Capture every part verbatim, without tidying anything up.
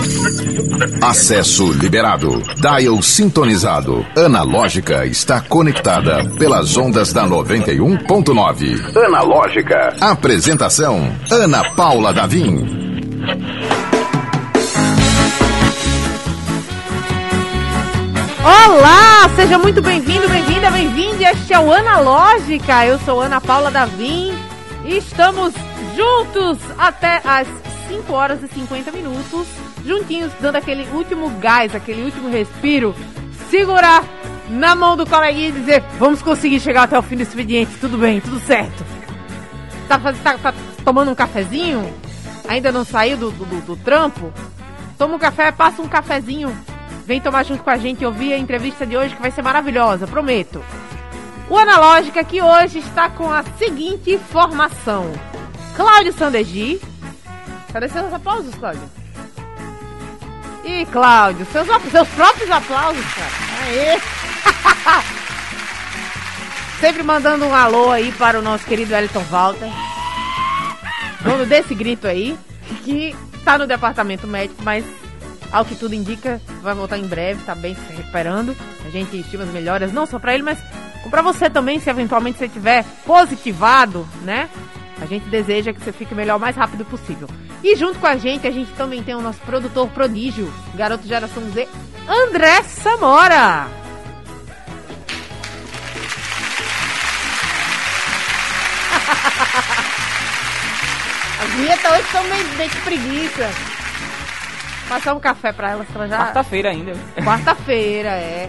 Acesso liberado. Dial sintonizado. Analógica está conectada pelas ondas da noventa e um ponto nove. Analógica. Apresentação: Ana Paula Davim. Olá, seja muito bem-vindo, bem-vinda, bem-vinde. Este é o Analógica. Eu sou Ana Paula Davim e estamos juntos até as cinco horas e cinquenta minutos, juntinhos, dando aquele último gás, aquele último respiro, segurar na mão do coleguinha e dizer: vamos conseguir chegar até o fim do expediente, tudo bem, tudo certo. Tá, tá, tá tomando um cafezinho? Ainda não saiu do, do, do trampo? Toma um café, passa um cafezinho. Vem tomar junto com a gente e ouvir a entrevista de hoje, que vai ser maravilhosa, prometo. O Analógica que hoje está com a seguinte formação: Cláudio Sandegi. Cadê seus aplausos, Cláudio? Ih, Cláudio, seus, seus próprios aplausos, cara. Aê! Sempre mandando um alô aí para o nosso querido Elton Walter, dono desse grito aí, que tá no departamento médico, mas ao que tudo indica, vai voltar em breve, tá bem se recuperando. A gente estima as melhoras, não só pra ele, mas pra você também, se eventualmente você estiver positivado, né? A gente deseja que você fique melhor o mais rápido possível. E junto com a gente, a gente também tem o nosso produtor prodígio, garoto geração Z, André Samora. As vinhetas hoje estão meio, meio de preguiça. Passar um café pra elas, pra já... Quarta-feira ainda. Quarta-feira, é.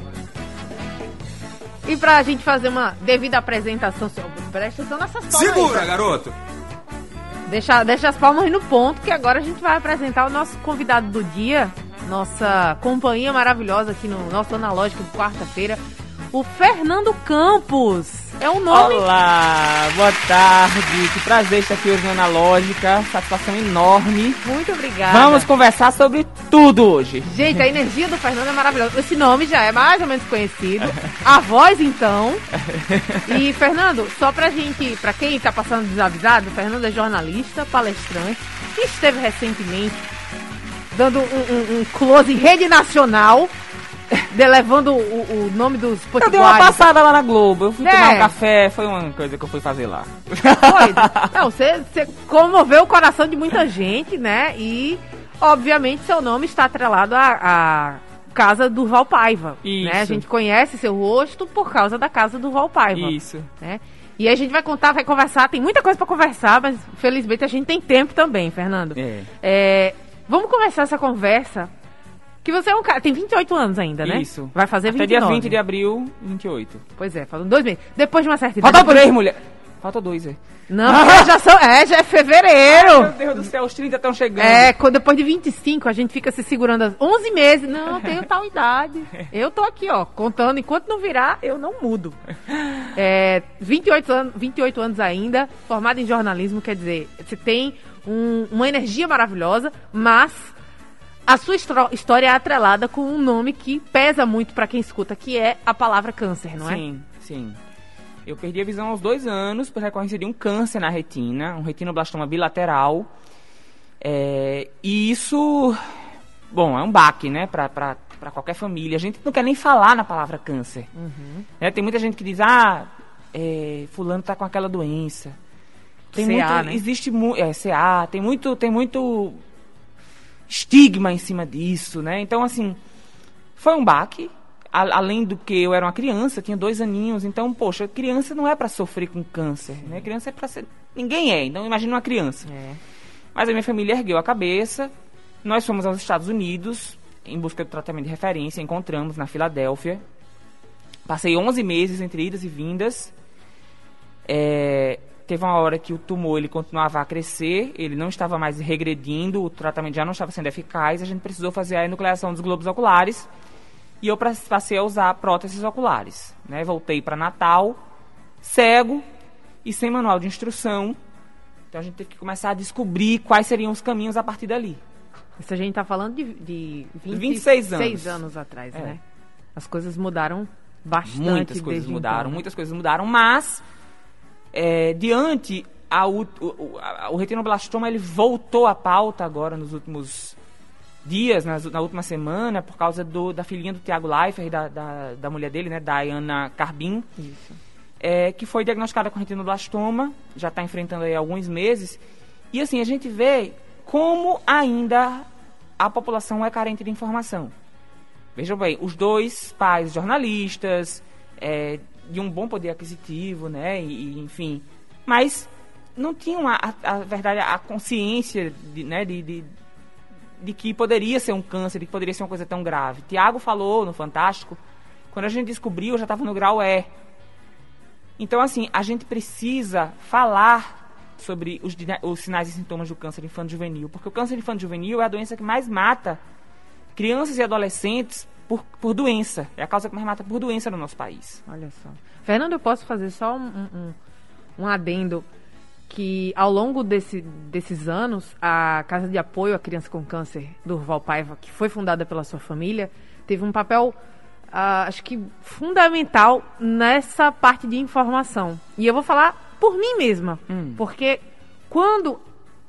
E pra gente fazer uma devida apresentação... Presta atenção nessas palmas. Segura, aí, garoto! Deixa, deixa as palmas aí no ponto, que agora a gente vai apresentar o nosso convidado do dia, nossa companhia maravilhosa aqui no nosso Analógico de quarta-feira, o Fernando Campos. É um nome... Olá, boa tarde, que prazer estar aqui hoje no Analógica, satisfação enorme. Muito obrigada. Vamos conversar sobre tudo hoje. Gente, a energia do Fernando é maravilhosa. Esse nome já é mais ou menos conhecido. A voz, então. E, Fernando, só pra gente, pra quem tá passando desavisado, o Fernando é jornalista, palestrante, que esteve recentemente dando um, um, um close em rede nacional, de, levando o, o nome dos potiguares. Eu dei uma passada lá na Globo, eu fui é. tomar um café, foi uma coisa que eu fui fazer lá. Foi. Não, você, você comoveu o coração de muita gente, né? E, obviamente, seu nome está atrelado à, à casa do Val Paiva. Isso. Né? A gente conhece seu rosto por causa da casa do Val Paiva. Isso. Né? E a gente vai contar, vai conversar, tem muita coisa para conversar, mas felizmente a gente tem tempo também, Fernando. É. É, vamos começar essa conversa. Que você é um cara, tem vinte e oito anos ainda, né? Isso. Vai fazer Até vinte e nove. dia vinte de abril, vinte e oito. Pois é, faltam dois meses. Depois de uma certa idade. Falta depois... três, mulher. Falta dois, é. Não, ah! já são, é, já é fevereiro. Ai, meu Deus do céu, os trinta estão chegando. É, quando, depois de vinte e cinco a gente fica se segurando as onze meses. Não, tenho tal idade. Eu tô aqui, ó, contando. Enquanto não virar, eu não mudo. É, vinte e oito anos, vinte e oito anos ainda, formado em jornalismo, quer dizer, você tem um, uma energia maravilhosa, mas a sua história é atrelada com um nome que pesa muito pra quem escuta, que é a palavra câncer, não é? Sim, sim. Eu perdi a visão aos dois anos por recorrência de um câncer na retina, um retinoblastoma bilateral. É, e isso, bom, é um baque, né, pra, pra, pra qualquer família. A gente não quer nem falar na palavra câncer. Uhum. É, tem muita gente que diz, ah, é, fulano tá com aquela doença. Tem C A, muito, né? Existe muito, é, C A, tem muito, tem muito estigma em cima disso, né? Então, assim, foi um baque. A, além do que eu era uma criança, tinha dois aninhos, então, poxa, criança não é pra sofrer com câncer, né? Criança é pra ser... Ninguém é, então imagina uma criança. É. Mas a minha família ergueu a cabeça, nós fomos aos Estados Unidos, em busca de tratamento de referência, encontramos na Filadélfia. Passei onze meses entre idas e vindas. É... Teve uma hora que o tumor ele continuava a crescer, ele não estava mais regredindo, o tratamento já não estava sendo eficaz, a gente precisou fazer a enucleação dos globos oculares e eu passei a usar próteses oculares. Né? Voltei para Natal, cego e sem manual de instrução, então a gente teve que começar a descobrir quais seriam os caminhos a partir dali. Isso a gente está falando de, de vinte, vinte e seis anos. seis anos atrás, é. né? As coisas mudaram bastante. Muitas coisas mudaram, então, né? muitas coisas mudaram, mas... É, diante, a, o, o, a, o retinoblastoma ele voltou à pauta agora nos últimos dias, nas, na última semana, por causa do, da filhinha do Tiago Leifert e da, da, da mulher dele, né, Diana Carbin, Isso. É, que foi diagnosticada com retinoblastoma, já está enfrentando aí alguns meses. E assim, a gente vê como ainda a população é carente de informação. Vejam bem, os dois pais jornalistas, é, de um bom poder aquisitivo, né, e, e enfim, mas não tinham a, a, a verdade, a consciência de, né, de, de, de que poderia ser um câncer, de que poderia ser uma coisa tão grave. Tiago falou no Fantástico, quando a gente descobriu, eu já estava no grau E. Então, assim, a gente precisa falar sobre os, os sinais e sintomas do câncer infanto-juvenil, porque o câncer infanto-juvenil é a doença que mais mata crianças e adolescentes por, por doença. É a causa que mais mata por doença no nosso país. Olha só. Fernando, eu posso fazer só um, um, um adendo, que ao longo desse, desses anos, a Casa de Apoio à Criança com Câncer, Durval Paiva, que foi fundada pela sua família, teve um papel, uh, acho que fundamental nessa parte de informação. E eu vou falar por mim mesma, hum. porque quando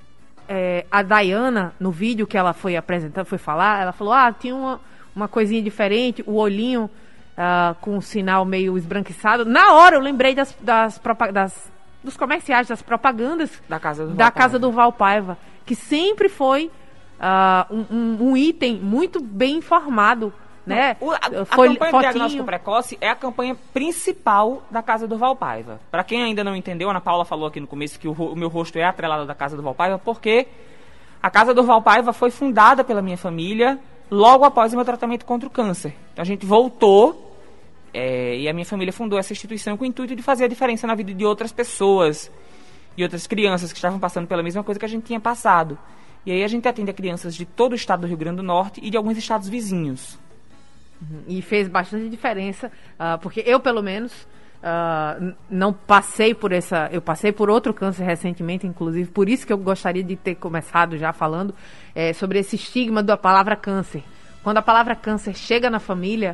é, a Diana, no vídeo que ela foi apresentar, foi falar, ela falou, ah, tinha uma, uma coisinha diferente, o olhinho uh, com um sinal meio esbranquiçado. Na hora eu lembrei das, das, das, dos comerciais, das propagandas da Casa do da Casa do Durval Paiva, que sempre foi uh, um, um, um item muito bem informado. Né? O, a, Foi, a campanha fotinho. de diagnóstico precoce é a campanha principal da Casa do Durval Paiva. Para quem ainda não entendeu, a Ana Paula falou aqui no começo que o, o meu rosto é atrelado da Casa do Durval Paiva, porque a Casa do Durval Paiva foi fundada pela minha família logo após o meu tratamento contra o câncer. Então a gente voltou é, e a minha família fundou essa instituição com o intuito de fazer a diferença na vida de outras pessoas e outras crianças que estavam passando pela mesma coisa que a gente tinha passado. E aí a gente atende a crianças de todo o estado do Rio Grande do Norte e de alguns estados vizinhos. E fez bastante diferença, uh, porque eu, pelo menos, uh, não passei por essa... Eu passei por outro câncer recentemente, inclusive, por isso que eu gostaria de ter começado já falando é, sobre esse estigma da palavra câncer. Quando a palavra câncer chega na família,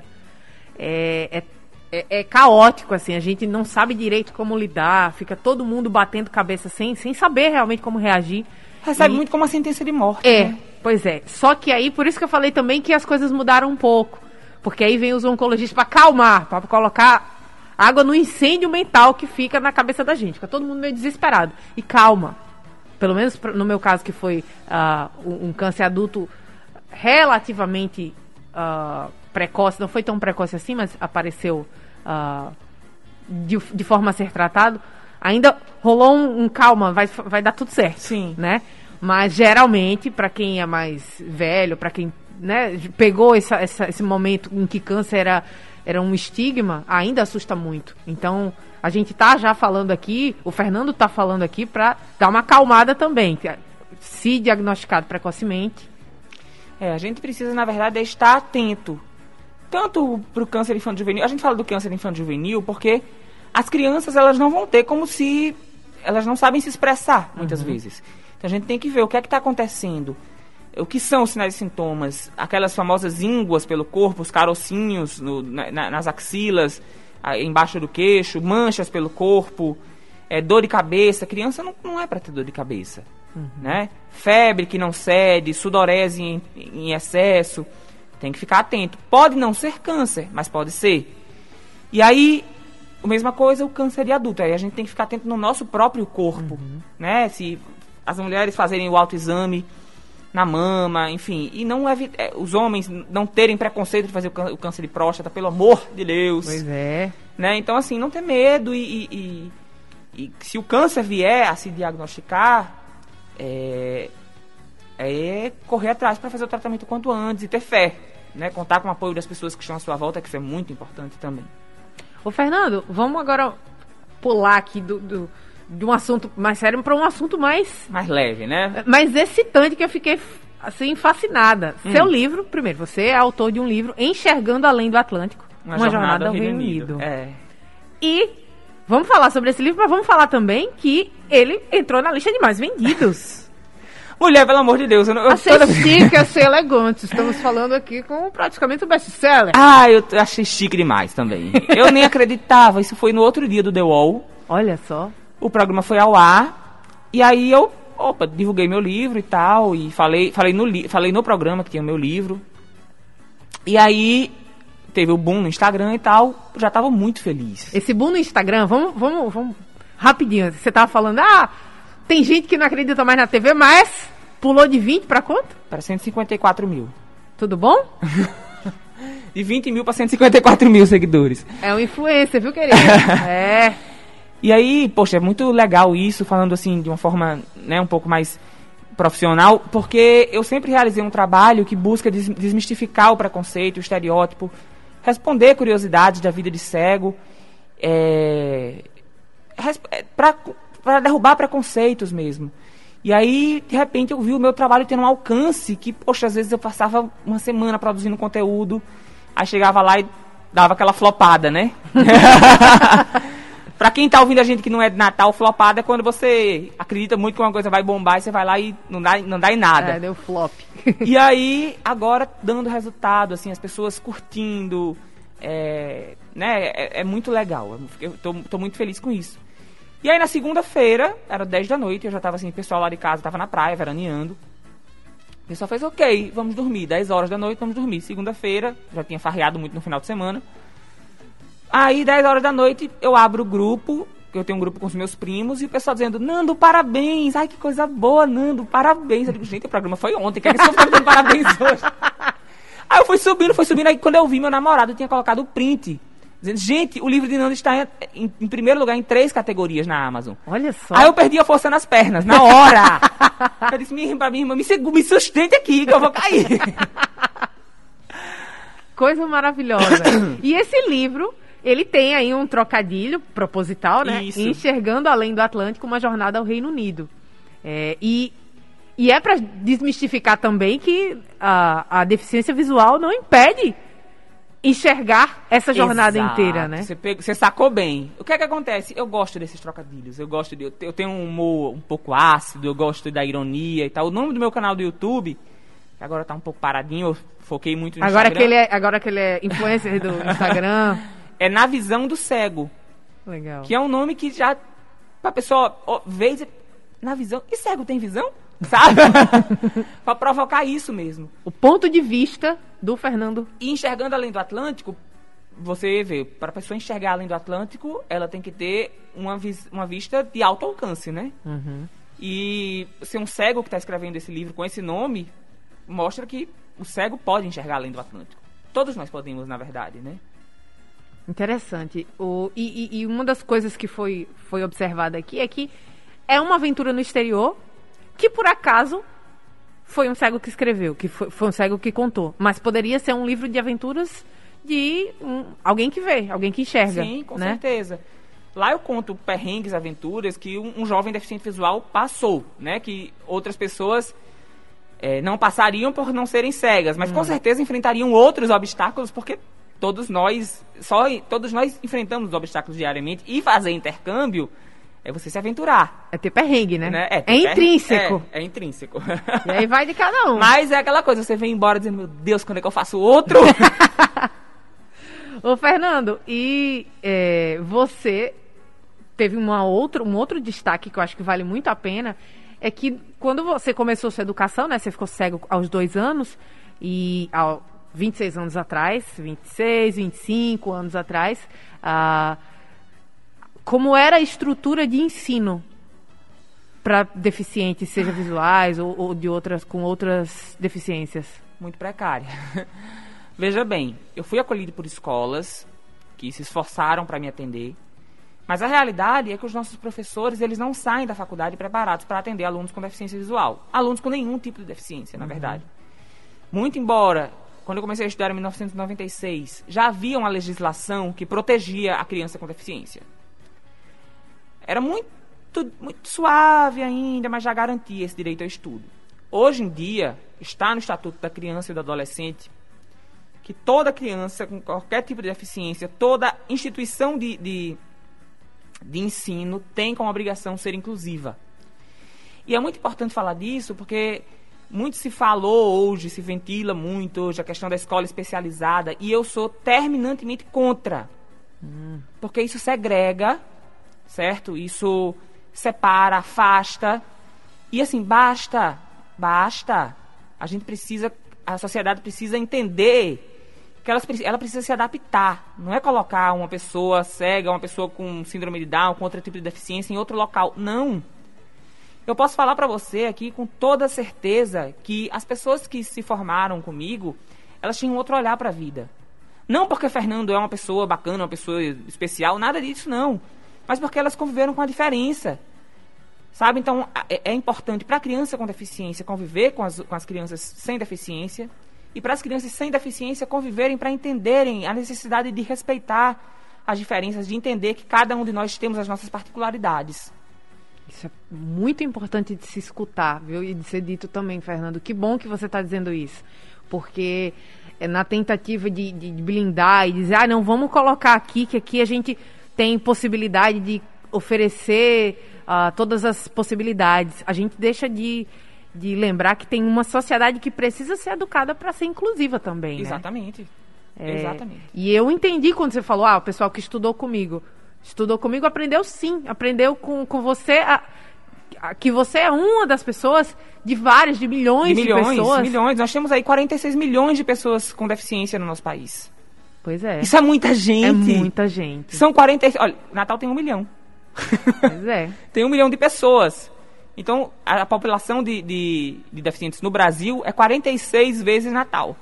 é, é, é, é caótico, assim, a gente não sabe direito como lidar, fica todo mundo batendo cabeça sem, sem saber realmente como reagir. Recebe e, muito como uma sentença de morte. É, né? Pois é. Só que aí, por isso que eu falei também que as coisas mudaram um pouco. Porque aí vem os oncologistas para acalmar, para colocar água no incêndio mental que fica na cabeça da gente. Fica todo mundo meio desesperado. E calma. Pelo menos no meu caso, que foi uh, um, um câncer adulto relativamente uh, precoce. Não foi tão precoce assim, mas apareceu uh, de, de forma a ser tratado. Ainda rolou um, um calma, vai, vai dar tudo certo. Sim. Né? Mas geralmente, para quem é mais velho, para quem... Né, pegou essa, essa, esse momento em que câncer era, era um estigma, ainda assusta muito. Então, a gente tá já falando aqui, o Fernando tá falando aqui para dar uma acalmada também. Se diagnosticado precocemente. É, a gente precisa, na verdade, estar atento. Tanto para o câncer infanto-juvenil, a gente fala do câncer infanto-juvenil porque as crianças, elas não vão ter como se... Elas não sabem se expressar, muitas uhum. vezes. Então, a gente tem que ver o que é que está acontecendo. O que são os sinais e sintomas? Aquelas famosas ínguas pelo corpo, os carocinhos no, na, nas axilas, a, embaixo do queixo, manchas pelo corpo, é, dor de cabeça. Criança não, não é para ter dor de cabeça. Uhum. Né? Febre que não cede, sudorese em, em excesso. Tem que ficar atento. Pode não ser câncer, mas pode ser. E aí, a mesma coisa o câncer de adulto. Aí a gente tem que ficar atento no nosso próprio corpo. Uhum. Né? Se as mulheres fazerem o autoexame na mama, enfim, e não é, os homens não terem preconceito de fazer o câncer de próstata, pelo amor de Deus. Pois é. Né? Então, assim, não ter medo e, e, e, e se o câncer vier a se diagnosticar, é, é correr atrás para fazer o tratamento o quanto antes e ter fé, né? Contar com o apoio das pessoas que estão à sua volta, que isso é muito importante também. Ô, Fernando, vamos agora pular aqui do... do... de um assunto mais sério para um assunto mais... Mais leve, né? Mais excitante, que eu fiquei, assim, fascinada. Hum. Seu livro, primeiro, você é autor de um livro, Enxergando Além do Atlântico. Uma, uma jornada, jornada ao Reino Unido. Unido. É. E vamos falar sobre esse livro, mas vamos falar também que ele entrou na lista de mais vendidos. Mulher, pelo amor de Deus. Eu não, eu a ser chique, a ser elegante. Estamos falando aqui com praticamente o best-seller. Ah, eu achei chique demais também. Eu nem acreditava. Isso foi no outro dia do The Wall. Olha só. O programa foi ao ar, e aí eu opa, divulguei meu livro e tal, e falei, falei, no, li, falei no programa que tinha o meu livro. E aí teve o boom no Instagram e tal, já tava muito feliz. Esse boom no Instagram, vamos, vamos, vamos rapidinho, você tava falando, ah, tem gente que não acredita mais na T V, mas pulou de vinte para quanto? Para cento e cinquenta e quatro mil. Tudo bom? De vinte mil para cento e cinquenta e quatro mil seguidores. É um influencer, viu, querido? É. E aí, poxa, é muito legal isso, falando assim, de uma forma, né, um pouco mais profissional, porque eu sempre realizei um trabalho que busca des- desmistificar o preconceito, o estereótipo, responder curiosidades da vida de cego, é, para derrubar preconceitos mesmo. E aí, de repente, eu vi o meu trabalho tendo um alcance que, poxa, às vezes eu passava uma semana produzindo conteúdo, aí chegava lá e dava aquela flopada, né? Pra quem tá ouvindo a gente que não é de Natal, flopada é quando você acredita muito que uma coisa vai bombar e você vai lá e não dá, não dá em nada. É, deu flop. E aí, agora, dando resultado, assim, as pessoas curtindo, é, né, é, é muito legal. Eu tô, tô muito feliz com isso. E aí, na segunda-feira, era dez da noite, eu já tava assim, o pessoal lá de casa tava na praia, veraneando. O pessoal fez, ok, vamos dormir, dez horas da noite, vamos dormir. Segunda-feira, já tinha farreado muito no final de semana. Aí, dez horas da noite, eu abro o grupo, eu tenho um grupo com os meus primos, e o pessoal dizendo, Nando, parabéns, ai, que coisa boa, Nando, parabéns. Eu digo, gente, o programa foi ontem, que é que vocês estão dando parabéns hoje? Aí eu fui subindo, fui subindo, aí quando eu vi, meu namorado tinha colocado o print, dizendo, gente, o livro de Nando está em, em, em primeiro lugar em três categorias na Amazon. Olha só. Aí eu perdi a força nas pernas, na hora. Eu disse, minha irmã, minha irmã, me, segu, me sustente aqui, que eu vou cair. Coisa maravilhosa. E esse livro, ele tem aí um trocadilho proposital, né? Isso. Enxergando Além do Atlântico, uma jornada ao Reino Unido. É, e, e é para desmistificar também que a, a deficiência visual não impede enxergar essa jornada Exato. inteira, né? Você, pegou, você sacou bem. O que é que acontece? Eu gosto desses trocadilhos. Eu gosto de. Eu tenho um humor um pouco ácido, eu gosto da ironia e tal. O nome do meu canal do YouTube, que agora tá um pouco paradinho, eu foquei muito no Agora Instagram. que, ele é, agora que ele é influencer do Instagram. É Na Visão do Cego. Legal. Que é um nome que já. Pra pessoa ó, ver e dizer, na visão. E cego tem visão? Sabe? Pra provocar isso mesmo. O ponto de vista do Fernando. E enxergando além do Atlântico, você vê, para a pessoa enxergar além do Atlântico, ela tem que ter uma, vis, uma vista de alto alcance, né? Uhum. E ser um cego que está escrevendo esse livro com esse nome, mostra que o cego pode enxergar além do Atlântico. Todos nós podemos, na verdade, né? Interessante. O, e, e, e uma das coisas que foi, foi observada aqui é que é uma aventura no exterior que, por acaso, foi um cego que escreveu, que foi, foi um cego que contou. Mas poderia ser um livro de aventuras de um, alguém que vê, alguém que enxerga. Sim, com né? certeza. Lá eu conto perrengues, aventuras que um, um jovem deficiente visual passou, né? Que outras pessoas é, não passariam por não serem cegas, mas hum. com certeza enfrentariam outros obstáculos, porque todos nós, só, todos nós enfrentamos os obstáculos diariamente, e fazer intercâmbio é você se aventurar. É ter perrengue, né? né? É, é intrínseco. É, é intrínseco. E aí vai de cada um. Mas é aquela coisa, você vem embora dizendo, meu Deus, quando é que eu faço outro? Ô, Fernando, e é, você teve uma outra, um outro destaque que eu acho que vale muito a pena, é que quando você começou sua educação, né, você ficou cego aos dois anos, e há vinte e seis anos atrás, vinte e seis, vinte e cinco anos atrás, ah, como era a estrutura de ensino para deficientes, seja visuais ou, ou de outras, com outras deficiências? Muito precária. Veja bem, eu fui acolhido por escolas que se esforçaram para me atender, mas a realidade é que os nossos professores, eles não saem da faculdade preparados para atender alunos com deficiência visual. Alunos com nenhum tipo de deficiência, na uhum. verdade. Muito embora, quando eu comecei a estudar em mil novecentos e noventa e seis, já havia uma legislação que protegia a criança com deficiência. Era muito, muito suave ainda, mas já garantia esse direito ao estudo. Hoje em dia, está no Estatuto da Criança e do Adolescente que toda criança com qualquer tipo de deficiência, toda instituição de, de, de ensino tem como obrigação ser inclusiva. E é muito importante falar disso porque muito se falou hoje, se ventila muito hoje a questão da escola especializada, e eu sou terminantemente contra. Hum. Porque isso segrega, certo? Isso separa, afasta. E assim, basta, basta. A gente precisa, a sociedade precisa entender que ela, ela precisa se adaptar. Não é colocar uma pessoa cega, uma pessoa com síndrome de Down, com outro tipo de deficiência em outro local. Não. Eu posso falar para você aqui com toda certeza que as pessoas que se formaram comigo, elas tinham outro olhar para a vida. Não porque Fernando é uma pessoa bacana, uma pessoa especial, nada disso não. Mas porque elas conviveram com a diferença. Sabe? Então, é, é importante para a criança com deficiência conviver com as, com as crianças sem deficiência. E para as crianças sem deficiência conviverem para entenderem a necessidade de respeitar as diferenças, de entender que cada um de nós temos as nossas particularidades. Isso é muito importante de se escutar, viu? E de ser dito também, Fernando. Que bom que você está dizendo isso. Porque é na tentativa de, de blindar e dizer, ah, não, vamos colocar aqui, que aqui a gente tem possibilidade de oferecer uh, todas as possibilidades. A gente deixa de... de lembrar que tem uma sociedade que precisa ser educada para ser inclusiva também, Exatamente. Né? É, Exatamente. E eu entendi quando você falou, ah, o pessoal que estudou comigo. Estudou comigo, aprendeu sim. Aprendeu com, com você, a, a, que você é uma das pessoas de várias, de milhões de, milhões, de pessoas. milhões. Nós temos aí quarenta e seis milhões de pessoas com deficiência no nosso país. Pois é. Isso é muita gente. É muita gente. São quarenta e seis... Olha, Natal tem um milhão. Pois é. Tem um milhão de pessoas. Então, a, a população de, de, de deficientes no Brasil é quarenta e seis vezes Natal.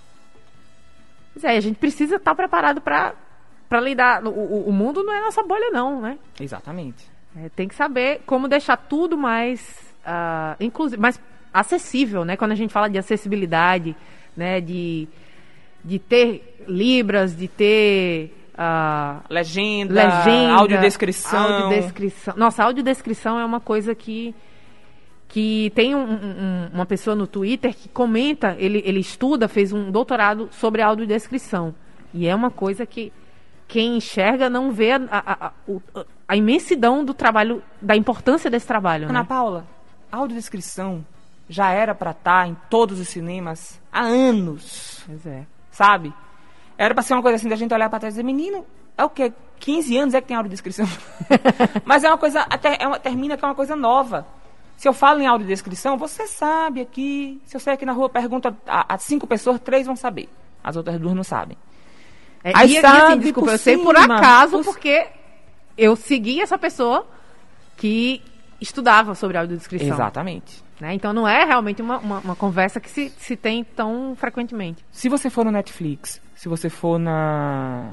Pois é, a gente precisa estar preparado para lidar. O, o, o mundo não é nossa bolha, não, né? Exatamente. É, tem que saber como deixar tudo mais, uh, inclusive, mais acessível, né? Quando a gente fala de acessibilidade, né? De, de ter libras, de ter... Uh, legenda, legenda, audiodescrição. audiodescrição. Nossa, audiodescrição é uma coisa que, que tem um, um, uma pessoa no Twitter que comenta, ele, ele estuda, fez um doutorado sobre audiodescrição. E é uma coisa que quem enxerga não vê a, a, a, a, a imensidão do trabalho, da importância desse trabalho. Ana né? Paula, a audiodescrição já era para estar em todos os cinemas há anos. Pois é. Sabe? Era pra ser uma coisa assim, da gente olhar pra trás e dizer, menino, é o quê? quinze anos é que tem audiodescrição? Mas é uma coisa, até, é uma, termina que é uma coisa nova. Se eu falo em audiodescrição, você sabe aqui. Se eu sair aqui na rua, pergunto a, a cinco pessoas, três vão saber. As outras duas não sabem. É, Aí e, sabe, e assim, desculpa, eu sei por acaso, por... porque eu segui essa pessoa que estudava sobre audiodescrição. Exatamente. Né? Então não é realmente uma, uma, uma conversa que se, se tem tão frequentemente. Se você for no Netflix, se você for na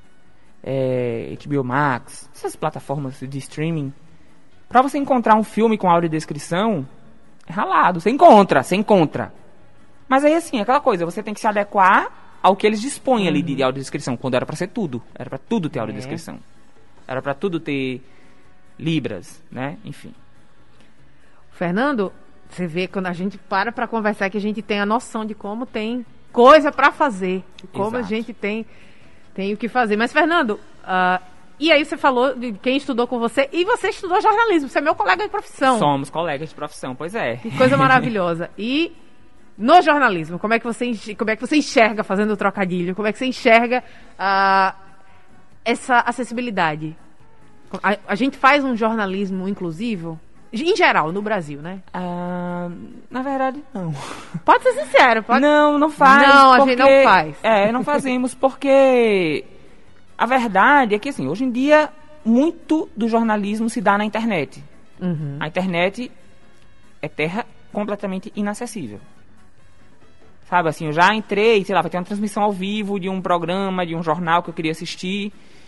é, H B O Max, essas plataformas de streaming, pra você encontrar um filme com audiodescrição, é ralado. Você encontra, você encontra. Mas aí assim, aquela coisa, você tem que se adequar ao que eles dispõem uhum. ali de, de audiodescrição, quando era pra ser tudo. Era pra tudo ter audiodescrição. É. Era pra tudo ter libras, né? Enfim. Fernando, você vê, quando a gente para pra conversar, que a gente tem a noção de como tem coisa pra fazer. Como Exato. a gente tem, tem o que fazer. Mas, Fernando, uh, e aí você falou de quem estudou com você, e você estudou jornalismo. Você é meu colega de profissão. Somos colegas de profissão, pois é. Que coisa maravilhosa. E no jornalismo, como é que você, como é que você enxerga, fazendo o trocadilho, como é que você enxerga uh, essa acessibilidade? A, a gente faz um jornalismo inclusivo? Em geral, no Brasil, né? Ah, na verdade, não. Pode ser sincero. Pode... Não, não faz. Não, a porque... gente não faz. É, não fazemos porque a verdade é que, assim, hoje em dia, muito do jornalismo se dá na internet. Uhum. A internet é terra completamente inacessível. Sabe, assim, eu já entrei, sei lá, vai ter uma transmissão ao vivo de um programa, de um jornal que eu queria assistir.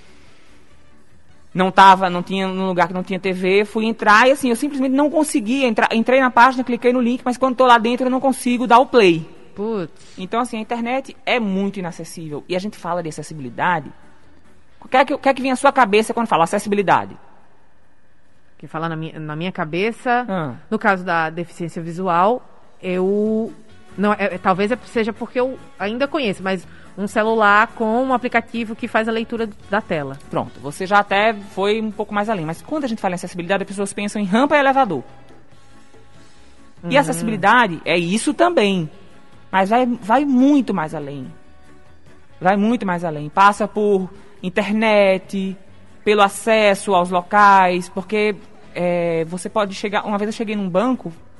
Não tava, não tinha, num lugar que não tinha T V, fui entrar e assim, eu simplesmente não conseguia entrar. Entrei na página, cliquei no link, mas quando tô lá dentro eu não consigo dar o play. Putz. Então, assim, a internet é muito inacessível. E a gente fala de acessibilidade. O que é que, o que, é que vem à sua cabeça quando fala acessibilidade? Que fala na minha, na minha cabeça, ah. no caso da deficiência visual, eu... Não, é, talvez seja porque eu ainda conheço, mas um celular com um aplicativo que faz a leitura da tela. Pronto, você já até foi um pouco mais além. Mas quando a gente fala em acessibilidade, as pessoas pensam em rampa e elevador. Uhum. E acessibilidade é isso também. Mas vai, vai muito mais além. Vai muito mais além. Passa por internet, pelo acesso aos locais, porque é, você pode chegar... Uma vez eu cheguei num banco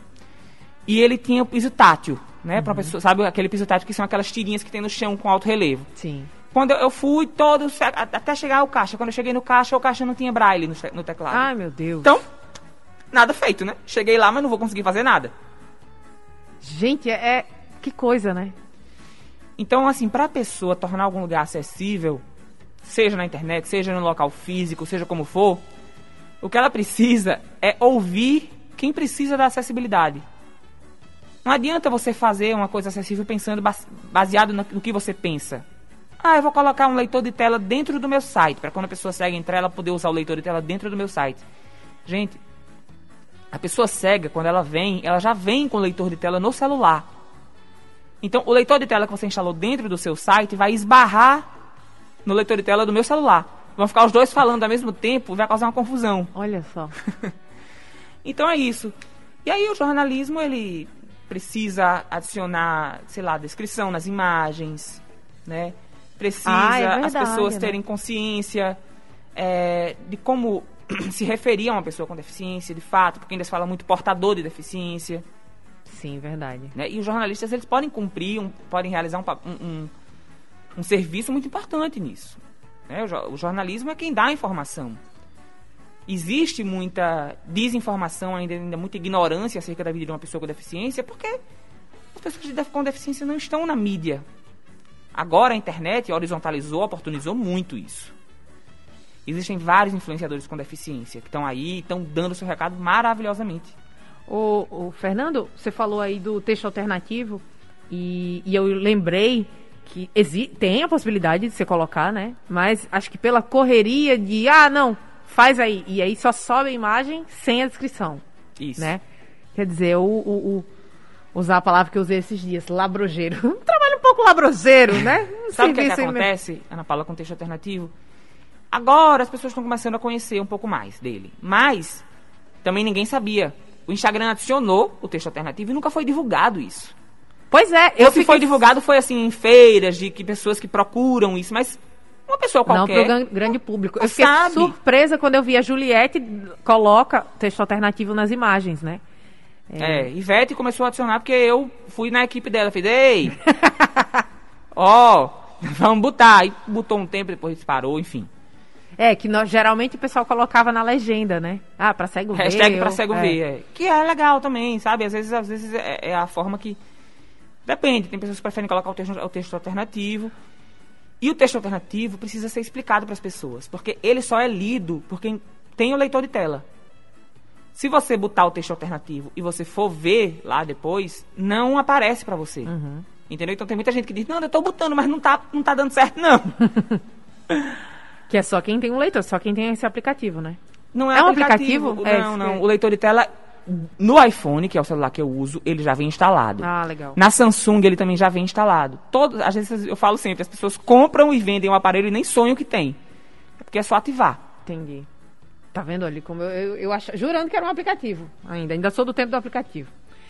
E ele tinha o piso tátil, né? Uhum. Pra pessoa, sabe aquele piso tátil que são aquelas tirinhas que tem no chão com alto relevo? Sim. Quando eu, eu fui todo, até chegar ao caixa. Quando eu cheguei no caixa, o caixa não tinha braille no, no teclado. Ai, meu Deus. Então, nada feito, né? Cheguei lá, mas não vou conseguir fazer nada. Gente, é... é... Que coisa, né? Então, assim, pra pessoa tornar algum lugar acessível, seja na internet, seja no local físico, seja como for, o que ela precisa é ouvir quem precisa da acessibilidade. Não adianta você fazer uma coisa acessível pensando baseado no que você pensa. Ah, eu vou colocar um leitor de tela dentro do meu site, para quando a pessoa cega entrar, ela poder usar o leitor de tela dentro do meu site. Gente, a pessoa cega, quando ela vem, ela já vem com o leitor de tela no celular. Então, o leitor de tela que você instalou dentro do seu site vai esbarrar no leitor de tela do meu celular. Vão ficar os dois falando ao mesmo tempo e vai causar uma confusão. Olha só. Então, é isso. E aí, o jornalismo, ele precisa adicionar, sei lá, descrição nas imagens, né? Precisa ah, é verdade, as pessoas terem né? consciência é, de como se referir a uma pessoa com deficiência, de fato, porque ainda se fala muito portador de deficiência. Sim, verdade. Né? E os jornalistas, eles podem cumprir, um, podem realizar um, um, um serviço muito importante nisso. Né? O, o jornalismo é quem dá a informação. Existe muita desinformação, ainda, ainda muita ignorância acerca da vida de uma pessoa com deficiência, porque as pessoas com deficiência não estão na mídia. Agora a internet horizontalizou, oportunizou muito isso. Existem vários influenciadores com deficiência que estão aí e estão dando o seu recado maravilhosamente. O, o Fernando, você falou aí do texto alternativo e, e eu lembrei que exi- tem a possibilidade de você colocar, né? Mas acho que pela correria de, ah, não, faz aí. E aí só sobe a imagem sem a descrição. Isso. Né? Quer dizer, o, o, o, usar a palavra que eu usei esses dias, labrogeiro. Um trabalho um pouco labrogeiro, né? Um Sabe o que, é que acontece, mesmo. Ana Paula, com texto alternativo? Agora as pessoas estão começando a conhecer um pouco mais dele. Mas também ninguém sabia. O Instagram adicionou o texto alternativo e nunca foi divulgado isso. Pois é. Eu o que fiquei... foi divulgado foi assim, em feiras, de que pessoas que procuram isso, mas uma pessoa qualquer... Não, para o grande público. Eu fiquei sabe. surpresa quando eu vi a Juliette coloca texto alternativo nas imagens, né? É, é Ivete começou a adicionar porque eu fui na equipe dela. Falei, ei, ó, vamos botar. Aí botou um tempo, depois parou, enfim. É, que nós, geralmente o pessoal colocava na legenda, né? Ah, pra cego ver. Hashtag pra cego ver, é. Que é legal também, sabe? Às vezes, às vezes é, é a forma que... Depende, tem pessoas que preferem colocar o texto, o texto alternativo. E o texto alternativo precisa ser explicado para as pessoas, porque ele só é lido por quem tem o leitor de tela. Se você botar o texto alternativo e você for ver lá depois, não aparece para você. Uhum. Entendeu? Então tem muita gente que diz, não, eu tô botando, mas não tá, não tá dando certo, não. Que é só quem tem um leitor, só quem tem esse aplicativo, né? Não é, é um aplicativo? aplicativo? Não, é, não. O leitor de tela, no iPhone, que é o celular que eu uso, ele já vem instalado. Ah, legal. Na Samsung, ele também já vem instalado. Todos, às vezes eu falo sempre, as pessoas compram e vendem um aparelho e nem sonham que tem. É porque é só ativar. Entendi. Tá vendo ali como eu, eu, eu acho, jurando que era um aplicativo ainda. Ainda sou do tempo do aplicativo.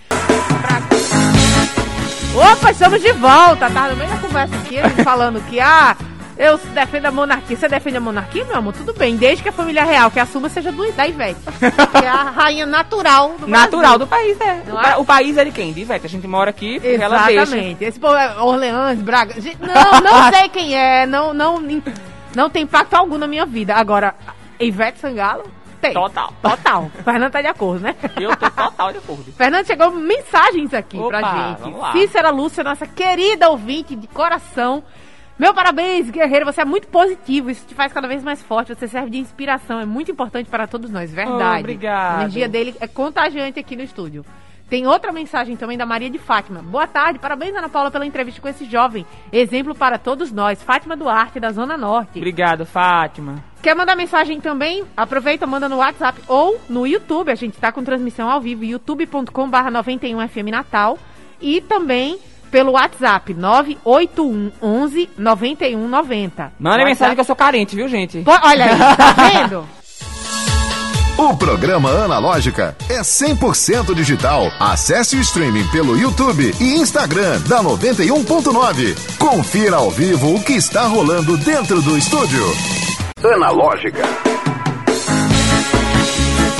Pra... Opa, estamos de volta, tá? No meio da conversa aqui, a gente falando que, ah... Eu defendo a monarquia. Você defende a monarquia, meu amor? Tudo bem, desde que a família real, que assuma, seja do, da Ivete. Que é a rainha natural do Natural Brasil. Do país, né? Não o, é? o país é de quem? De Ivete. A gente mora aqui, ela deixa. Exatamente. Esse povo é Orleans, Braga... Não, não sei quem é. Não, não, não tem impacto algum na minha vida. Agora, Ivete Sangalo... Tem. Total. Total. Fernando tá de acordo, né? Eu tô total de acordo. Fernando, chegou mensagens aqui Opa, pra gente. Vamos lá. Cícera Lúcia, nossa querida ouvinte de coração... Meu parabéns, guerreiro, você é muito positivo, isso te faz cada vez mais forte, você serve de inspiração, é muito importante para todos nós, verdade. Oh, obrigado. A energia dele é contagiante aqui no estúdio. Tem outra mensagem também da Maria de Fátima. Boa tarde, parabéns, Ana Paula, pela entrevista com esse jovem, exemplo para todos nós, Fátima Duarte, da Zona Norte. Obrigado, Fátima. Quer mandar mensagem também? Aproveita, manda no WhatsApp ou no YouTube, a gente está com transmissão ao vivo, youtube ponto com barra noventa e um F M Natal, e também... pelo WhatsApp, nove oito um, onze, noventa e um, noventa. Manda mensagem que eu sou carente, viu, gente? Pô, olha aí, tá vendo? O programa Analógica é cem por cento digital. Acesse o streaming pelo YouTube e Instagram da noventa e um ponto nove. Confira ao vivo o que está rolando dentro do estúdio. Analógica.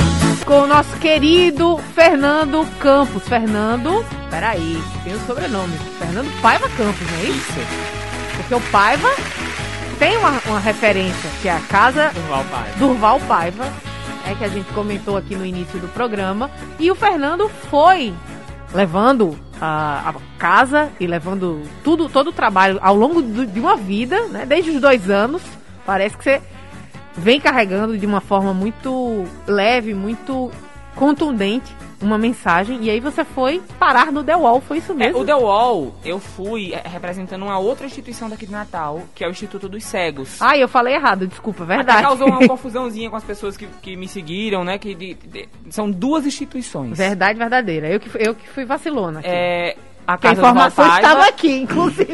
com o nosso querido Fernando Campos. Fernando, peraí, tem o sobrenome. Fernando Paiva Campos, não é isso? Porque o Paiva tem uma, uma referência, que é a casa Durval Paiva. Durval Paiva, é, que a gente comentou aqui no início do programa. E o Fernando foi levando a, a casa e levando tudo, todo o trabalho ao longo do, de uma vida, né? Desde os dois anos. Parece que você vem carregando de uma forma muito leve, muito contundente uma mensagem, e aí você foi parar no The Wall, foi isso mesmo? É, o The Wall, eu fui é, representando uma outra instituição daqui de Natal, que é o Instituto dos Cegos. Ah, eu falei errado, desculpa, verdade. Até causou uma confusãozinha com as pessoas que, que me seguiram, né, que de, de, são duas instituições. Verdade verdadeira, eu que, eu que fui vacilona aqui. É, a Casa a informação do estava aqui, inclusive.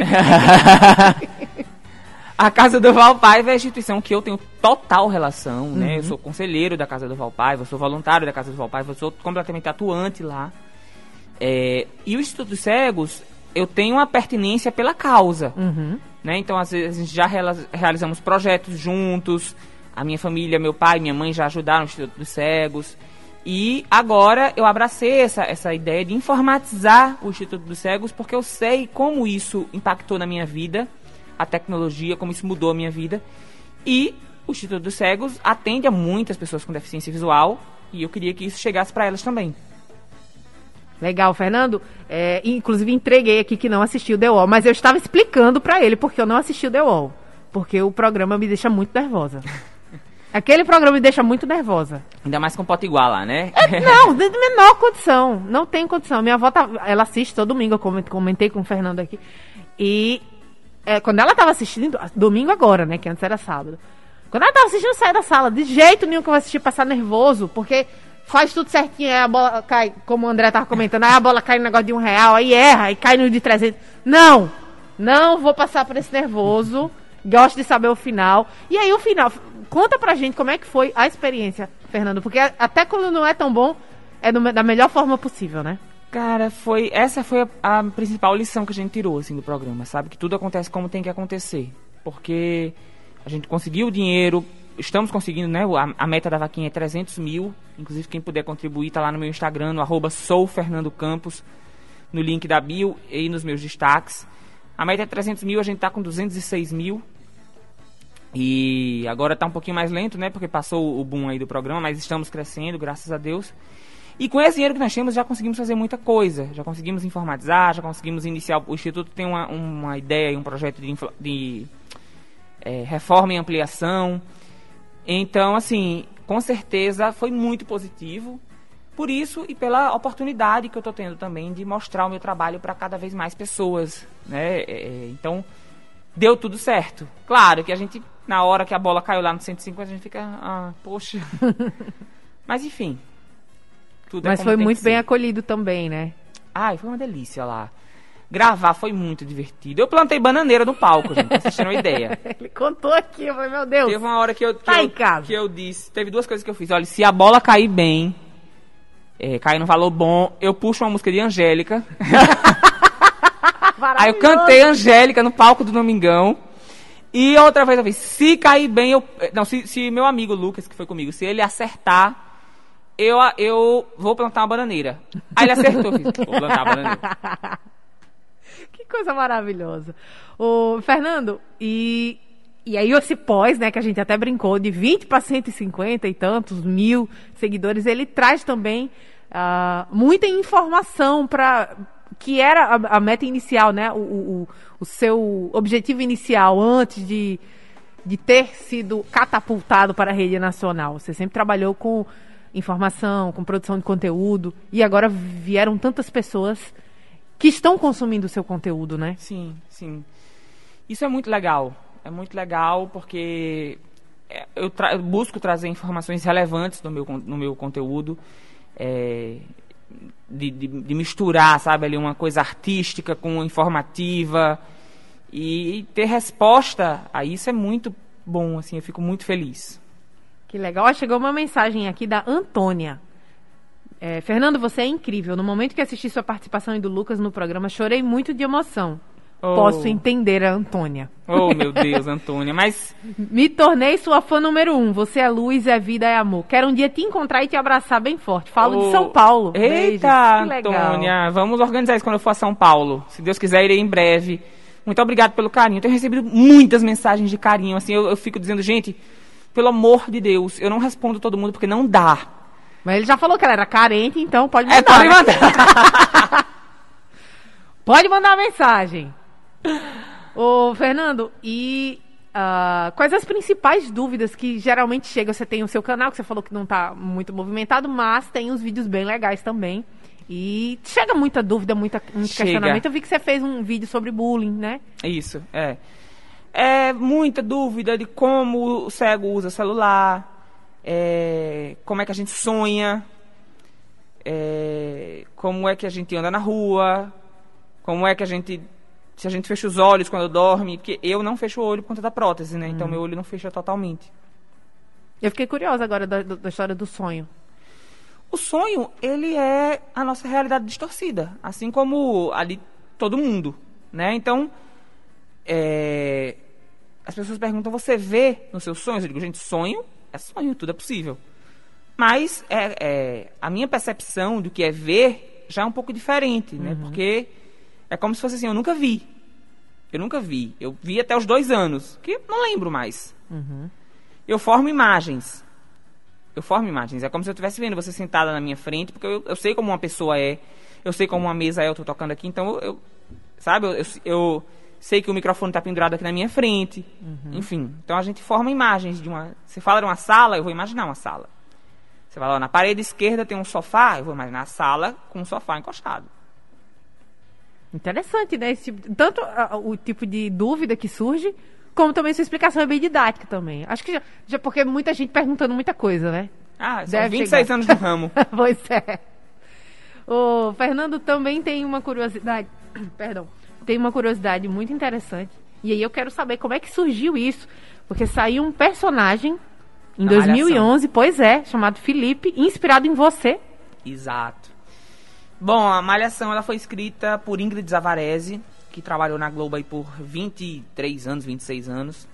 A Casa Durval Paiva é a instituição que eu tenho total relação, né? Uhum. Eu sou conselheiro da Casa Durval Paiva, eu sou voluntário da Casa Durval Paiva, eu sou completamente atuante lá. É, e o Instituto dos Cegos, eu tenho uma pertinência pela causa, uhum. né? Então, às vezes, a gente já realizamos projetos juntos, a minha família, meu pai, minha mãe já ajudaram o Instituto dos Cegos. E agora eu abracei essa, essa ideia de informatizar o Instituto dos Cegos, porque eu sei como isso impactou na minha vida, a tecnologia, como isso mudou a minha vida. E o Instituto dos Cegos atende a muitas pessoas com deficiência visual, e eu queria que isso chegasse para elas também. Legal, Fernando. É, inclusive entreguei aqui que não assisti o The Wall, mas eu estava explicando para ele porque eu não assisti o The Wall, porque o programa me deixa muito nervosa. Aquele programa me deixa muito nervosa. Ainda mais com Potiguar lá, né? É, não, de menor condição. Não tem condição. Minha avó, tá, ela assiste todo domingo, eu comentei com o Fernando aqui. E é, quando ela estava assistindo, domingo agora, né, que antes era sábado. Quando ela estava assistindo, sai da sala. De jeito nenhum que eu vou assistir passar nervoso, porque faz tudo certinho, aí a bola cai, como o André estava comentando, aí a bola cai no negócio de um real, aí erra, aí cai no de trezentos. Não, não vou passar por esse nervoso. Gosto de saber o final. E aí o final, conta pra gente como é que foi a experiência, Fernando, porque até quando não é tão bom, é do, da melhor forma possível, né? Cara, foi, essa foi a, a principal lição que a gente tirou, assim, do programa, sabe? Que tudo acontece como tem que acontecer. Porque a gente conseguiu o dinheiro, estamos conseguindo, né? A, a meta da vaquinha é trezentos mil. Inclusive, quem puder contribuir, tá lá no meu Instagram, no arroba soufernandocampos, no link da bio e nos meus destaques. A meta é trezentos mil, a gente tá com duzentos e seis mil. E agora tá um pouquinho mais lento, né? Porque passou o boom aí do programa, mas estamos crescendo, graças a Deus. E com esse dinheiro que nós temos, já conseguimos fazer muita coisa. Já conseguimos informatizar, já conseguimos iniciar... O Instituto tem uma, uma ideia e um projeto de, de é, reforma e ampliação. Então, assim, com certeza foi muito positivo. Por isso e pela oportunidade que eu estou tendo também de mostrar o meu trabalho para cada vez mais pessoas, né? É, então, deu tudo certo. Claro que a gente, na hora que a bola caiu lá no cento e cinquenta, a gente fica... Ah, poxa... Mas, enfim... Tudo Mas é foi muito bem acolhido também, né? Ai, foi uma delícia lá. Gravar foi muito divertido. Eu plantei bananeira no palco, gente, pra vocês terem uma ideia. Ele contou aqui, eu falei, meu Deus. Teve uma hora que eu, que, tá eu, em casa. que eu disse... Teve duas coisas que eu fiz. Olha, se a bola cair bem, é, cair no valor bom, eu puxo uma música de Angélica. Aí eu cantei Angélica no palco do Domingão. E outra vez eu fiz, se cair bem, eu... Não, se, se meu amigo Lucas, que foi comigo, se ele acertar... Eu, eu vou plantar uma bananeira. Aí ele acertou, fiz, vou plantar uma bananeira. Que coisa maravilhosa. Ô, Fernando, e, e aí esse pós, né, que a gente até brincou, de vinte para cento e cinquenta e tantos mil seguidores, ele traz também uh, muita informação para que era a, a meta inicial, né, o, o, o seu objetivo inicial antes de, de ter sido catapultado para a rede nacional. Você sempre trabalhou com informação, com produção de conteúdo, e agora vieram tantas pessoas que estão consumindo o seu conteúdo, né? Sim, sim. Isso é muito legal. É muito legal porque eu, tra- eu busco trazer informações relevantes no meu, no meu conteúdo, é, de, de, de misturar, sabe, ali uma coisa artística com informativa, e ter resposta a isso é muito bom, assim, eu fico muito feliz. Que legal. Ó, chegou uma mensagem aqui da Antônia. É, Fernando, você é incrível. No momento que assisti sua participação e do Lucas no programa, chorei muito de emoção. Oh. Posso entender a Antônia. Oh, meu Deus, Antônia, mas... Me tornei sua fã número um. Você é luz, é vida, é amor. Quero um dia te encontrar e te abraçar bem forte. Falo oh. de São Paulo. Eita, Antônia. Vamos organizar isso quando eu for a São Paulo. Se Deus quiser, irei em breve. Muito obrigado pelo carinho. Eu tenho recebido muitas mensagens de carinho. Assim, eu, eu fico dizendo, gente, pelo amor de Deus, eu não respondo todo mundo porque não dá. Mas ele já falou que ela era carente, então pode mandar. É, pode mandar. Pode mandar mensagem. Ô, Fernando, e uh, quais as principais dúvidas que geralmente chegam? Você tem o seu canal, que você falou que não está muito movimentado, mas tem uns vídeos bem legais também. E chega muita dúvida, muita, muito chega. questionamento. Eu vi que você fez um vídeo sobre bullying, né? Isso, é. É muita dúvida de como o cego usa celular, é, como é que a gente sonha, é, como é que a gente anda na rua, como é que a gente... Se a gente fecha os olhos quando dorme, porque eu não fecho o olho por conta da prótese, né? Hum. Então meu olho não fecha totalmente. Eu fiquei curiosa agora da, da história do sonho. O sonho, ele é a nossa realidade distorcida, assim como ali todo mundo, né? Então, é, as pessoas perguntam, você vê nos seus sonhos? Eu digo, gente, sonho é sonho, tudo é possível. Mas é, é, a minha percepção do que é ver já é um pouco diferente, né? Uhum. Porque é como se fosse assim, eu nunca vi. Eu nunca vi. Eu vi até os dois anos, que não lembro mais. Uhum. Eu formo imagens. Eu formo imagens. É como se eu estivesse vendo você sentada na minha frente, porque eu, eu sei como uma pessoa é. Eu sei como uma mesa é, eu tô tocando aqui. Então, eu, eu sabe, eu, eu, eu sei que o microfone está pendurado aqui na minha frente. Uhum. Enfim, então a gente forma imagens de uma... Você fala de uma sala, eu vou imaginar uma sala. Você fala, ó, na parede esquerda tem um sofá, eu vou imaginar a sala com um sofá encostado. Interessante, né? Esse tipo, tanto uh, o tipo de dúvida que surge, como também sua explicação é bem didática também. Acho que já, já porque muita gente perguntando muita coisa, né? Ah, são vinte e seis anos no ramo. Pois é. O Fernando também tem uma curiosidade, perdão, tem uma curiosidade muito interessante. E aí eu quero saber como é que surgiu isso. Porque saiu um personagem em dois mil e onze, pois é, chamado Felipe, inspirado em você. Exato. Bom, a Malhação ela foi escrita por Ingrid Zavarese, que trabalhou na Globo aí por vinte e três anos, vinte e seis anos.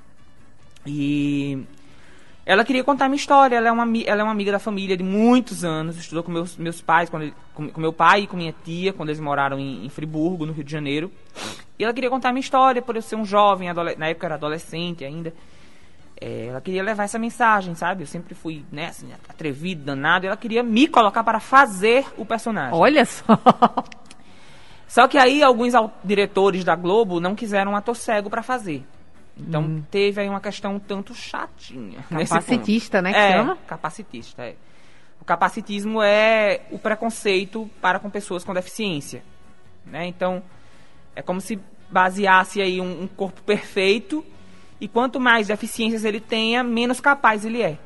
E ela queria contar a minha história. Ela é uma, ela é uma amiga da família de muitos anos. Estudou com meus, meus pais, quando ele, com, com meu pai e com minha tia, quando eles moraram em, em Friburgo, no Rio de Janeiro. E ela queria contar a minha história, por eu ser um jovem, na época eu era adolescente ainda. É, ela queria levar essa mensagem, sabe? Eu sempre fui, né, assim, atrevido, danado. E ela queria me colocar para fazer o personagem. Olha só! Só que aí alguns diretores da Globo não quiseram um ator cego para fazer. Então hum. teve aí uma questão um tanto chatinha. Capacitista, né? Que é, chama? Capacitista, é. O capacitismo é o preconceito para com pessoas com deficiência. Né? Então, é como se baseasse aí um, um corpo perfeito. E quanto mais deficiências ele tenha, menos capaz ele é.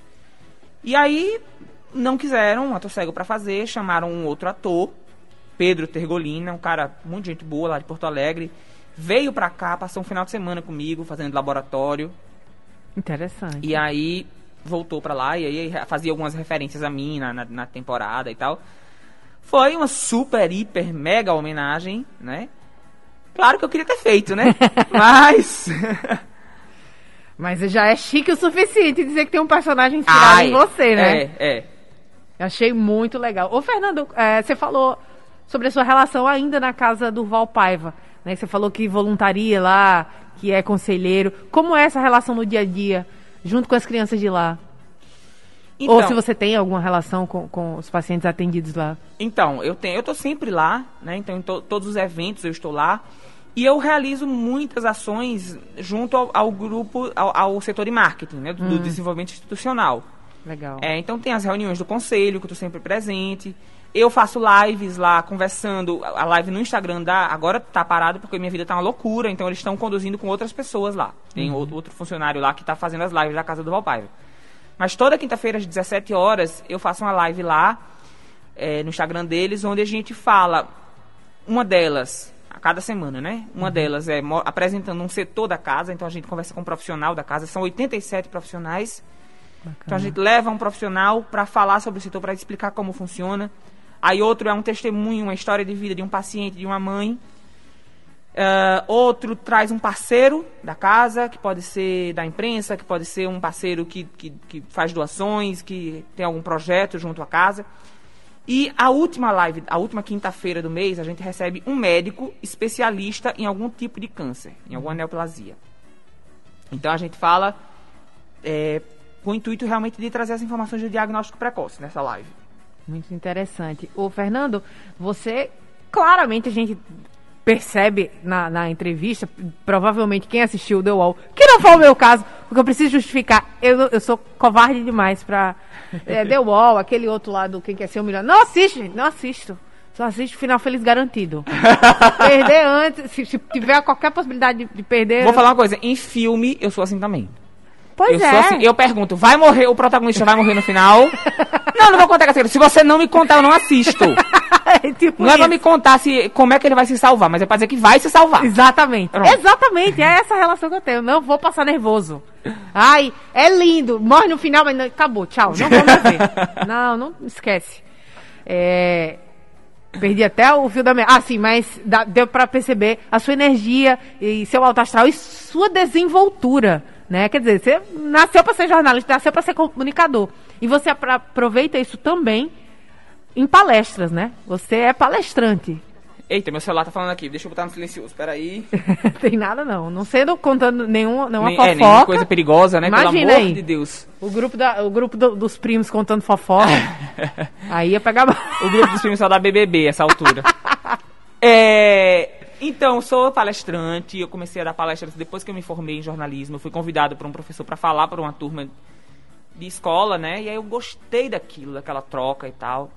E aí, não quiseram um ator cego para fazer, chamaram um outro ator, Pedro Tergolina, um cara muito gente boa lá de Porto Alegre. Veio pra cá, passou um final de semana comigo, fazendo laboratório. Interessante. E aí, voltou pra lá, e aí fazia algumas referências a mim na, na, na temporada e tal. Foi uma super, hiper, mega homenagem, né? Claro que eu queria ter feito, né? Mas... Mas já é chique o suficiente dizer que tem um personagem inspirado Ai, em você, né? É, é. Eu achei muito legal. Ô, Fernando, é, você falou sobre a sua relação ainda na casa do Val Paiva, né? Você falou que voluntaria lá, que é conselheiro. Como é essa relação no dia a dia, junto com as crianças de lá? Então, ou se você tem alguma relação com, com os pacientes atendidos lá? Então, eu tenho, eu tô sempre lá, né? Então, em to, todos os eventos eu estou lá. E eu realizo muitas ações junto ao, ao grupo, ao, ao setor de marketing, né? Do, hum. do desenvolvimento institucional. Legal. É, então tem as reuniões do conselho, que eu estou sempre presente. Eu faço lives lá, conversando. A live no Instagram da, agora tá parado porque minha vida tá uma loucura. Então eles estão conduzindo com outras pessoas lá. Tem uhum. outro, outro funcionário lá que tá fazendo as lives da casa do Val Paiva. Mas toda quinta-feira às dezessete horas eu faço uma live lá é, no Instagram deles, onde a gente fala, uma delas... a cada semana, né? Uma uhum. delas é apresentando um setor da casa, então a gente conversa com um profissional da casa, são oitenta e sete profissionais. Bacana. Então a gente leva um profissional para falar sobre o setor, para explicar como funciona. Aí outro é um testemunho, uma história de vida de um paciente, de uma mãe. Uh, outro traz um parceiro da casa, que pode ser da imprensa, que pode ser um parceiro que, que, que faz doações, que tem algum projeto junto à casa. E a última live, a última quinta-feira do mês, a gente recebe um médico especialista em algum tipo de câncer, em alguma neoplasia. Então a gente fala é, com o intuito realmente de trazer as informações de diagnóstico precoce nessa live. Muito interessante. Ô, Fernando, você, claramente a gente percebe na, na entrevista, provavelmente quem assistiu o The Wall, que não foi o meu caso, porque eu preciso justificar, eu, eu sou covarde demais pra é, The Wall, aquele outro lá do Quem Quer Ser um Milhão. Não assiste, não assisto. Só assiste o Final Feliz garantido. Se perder antes, se, se tiver qualquer possibilidade de, de perder... Vou falar uma coisa, em filme eu sou assim também. Pois eu é. Sou assim, eu pergunto, vai morrer, o protagonista vai morrer no final? Não, não vou contar, Catarina. Se você não me contar, eu não assisto. É tipo não isso. É pra me contar se, como é que ele vai se salvar, mas é pra dizer que vai se salvar. Exatamente. Pronto. Exatamente. É essa a relação que eu tenho. Não vou passar nervoso. Ai, é lindo. Morre no final, mas não, acabou. Tchau. Não vou mais ver. Não, não esquece. É... Perdi até o fio da meia. Ah, sim, mas dá, deu pra perceber a sua energia e seu alto astral e sua desenvoltura. Né? Quer dizer, você nasceu para ser jornalista, nasceu para ser comunicador. E você aproveita isso também em palestras, né? Você é palestrante. Eita, meu celular tá falando aqui, deixa eu botar no silencioso, peraí. Tem nada não, não sendo contando nenhum, nenhuma Nem, fofoca. É, nenhuma coisa perigosa, né? Imagina. Pelo amor aí, de Deus. O grupo, da, o grupo do, dos primos contando fofoca, aí ia pegar... O grupo dos primos só dá B B B, essa altura. É... Então, sou palestrante, eu comecei a dar palestras depois que eu me formei em jornalismo. Eu fui convidado por um professor para falar para uma turma de escola, né? E aí eu gostei daquilo, daquela troca e tal.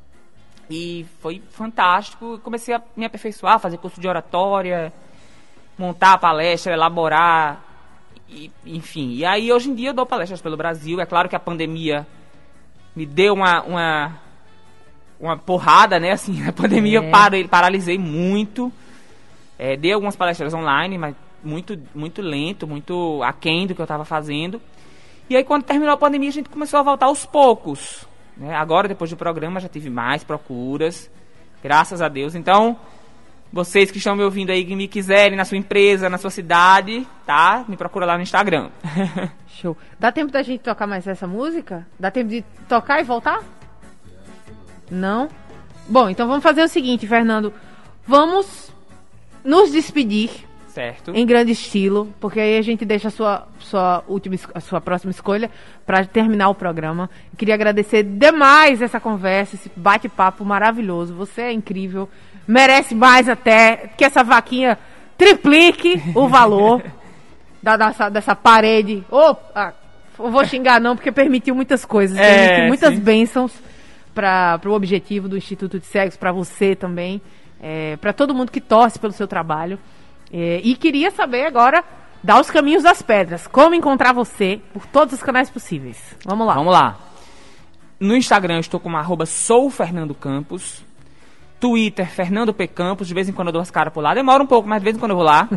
E foi fantástico. Eu comecei a me aperfeiçoar, fazer curso de oratória, montar a palestra, elaborar, e, enfim. E aí, hoje em dia, eu dou palestras pelo Brasil. É claro que a pandemia me deu uma... uma, uma porrada, né? Assim, a pandemia é. eu parei, paralisei muito. É, dei algumas palestras online, mas muito, muito lento, muito aquém do que eu estava fazendo. E aí, quando terminou a pandemia, a gente começou a voltar aos poucos. Né? Agora, depois do programa, já tive mais procuras, graças a Deus. Então, vocês que estão me ouvindo aí, que me quiserem na sua empresa, na sua cidade, tá? Me procura lá no Instagram. Show. Dá tempo da gente tocar mais essa música? Dá tempo de tocar e voltar? Não? Bom, então vamos fazer o seguinte, Fernando. Vamos... nos despedir, certo, em grande estilo, porque aí a gente deixa a sua, sua, última, a sua próxima escolha para terminar o programa. Eu queria agradecer demais essa conversa, esse bate-papo maravilhoso. Você é incrível, merece mais até que essa vaquinha triplique o valor da, dessa, dessa parede. Oh, ah, eu vou xingar não, porque permitiu muitas coisas, é, permitiu muitas sim. bênçãos para o objetivo do Instituto de Cegos, para você também. É, para todo mundo que torce pelo seu trabalho. É, e queria saber agora, dar os caminhos das pedras. Como encontrar você por todos os canais possíveis. Vamos lá. Vamos lá. No Instagram eu estou como arroba sou Fernando Campos. Twitter, Fernando P. Campos. De vez em quando eu dou as caras por lá. Demora um pouco, mas de vez em quando eu vou lá.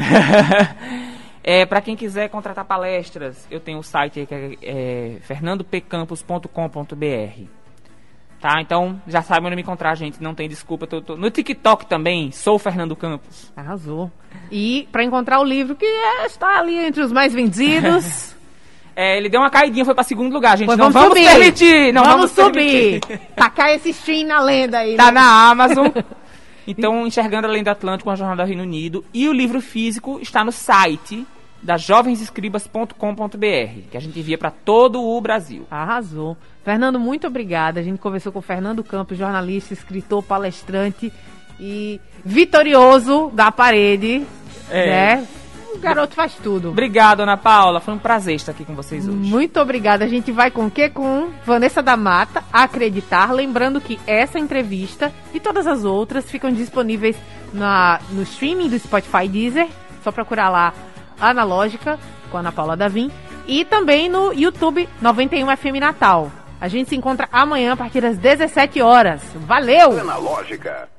É, para quem quiser contratar palestras, eu tenho o site aí que é, é fernando p campos ponto com ponto b r. Tá, então já sabe onde me encontrar, gente. Não tem desculpa. Tô, tô... No TikTok também, sou Fernando Campos. Arrasou. E para encontrar o livro que é, está ali entre os mais vendidos. É, ele deu uma caidinha, foi para segundo lugar, gente. Pois não vamos, vamos subir. permitir. Não vamos, vamos subir. Permitir. Tacar esse stream na lenda aí. Tá né? na Amazon. Então, Enxergando Além do Atlântico, uma jornada do Reino Unido. E o livro físico está no site da jovens escribas ponto com ponto b r, que a gente envia para todo o Brasil. Arrasou. Fernando, muito obrigada. A gente conversou com o Fernando Campos, jornalista, escritor, palestrante e vitorioso da parede. É. Né? O garoto faz tudo. Obrigado, Ana Paula. Foi um prazer estar aqui com vocês hoje. Muito obrigada. A gente vai com o quê? Com Vanessa da Mata, Acreditar. Lembrando que essa entrevista e todas as outras ficam disponíveis na, no streaming do Spotify e Deezer. Só procurar lá Analógica, com a Ana Paula Davim. E também no YouTube noventa e um F M Natal. A gente se encontra amanhã a partir das dezessete horas. Valeu! Analógica.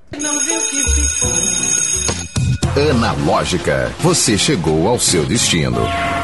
Analógica. Você chegou ao seu destino.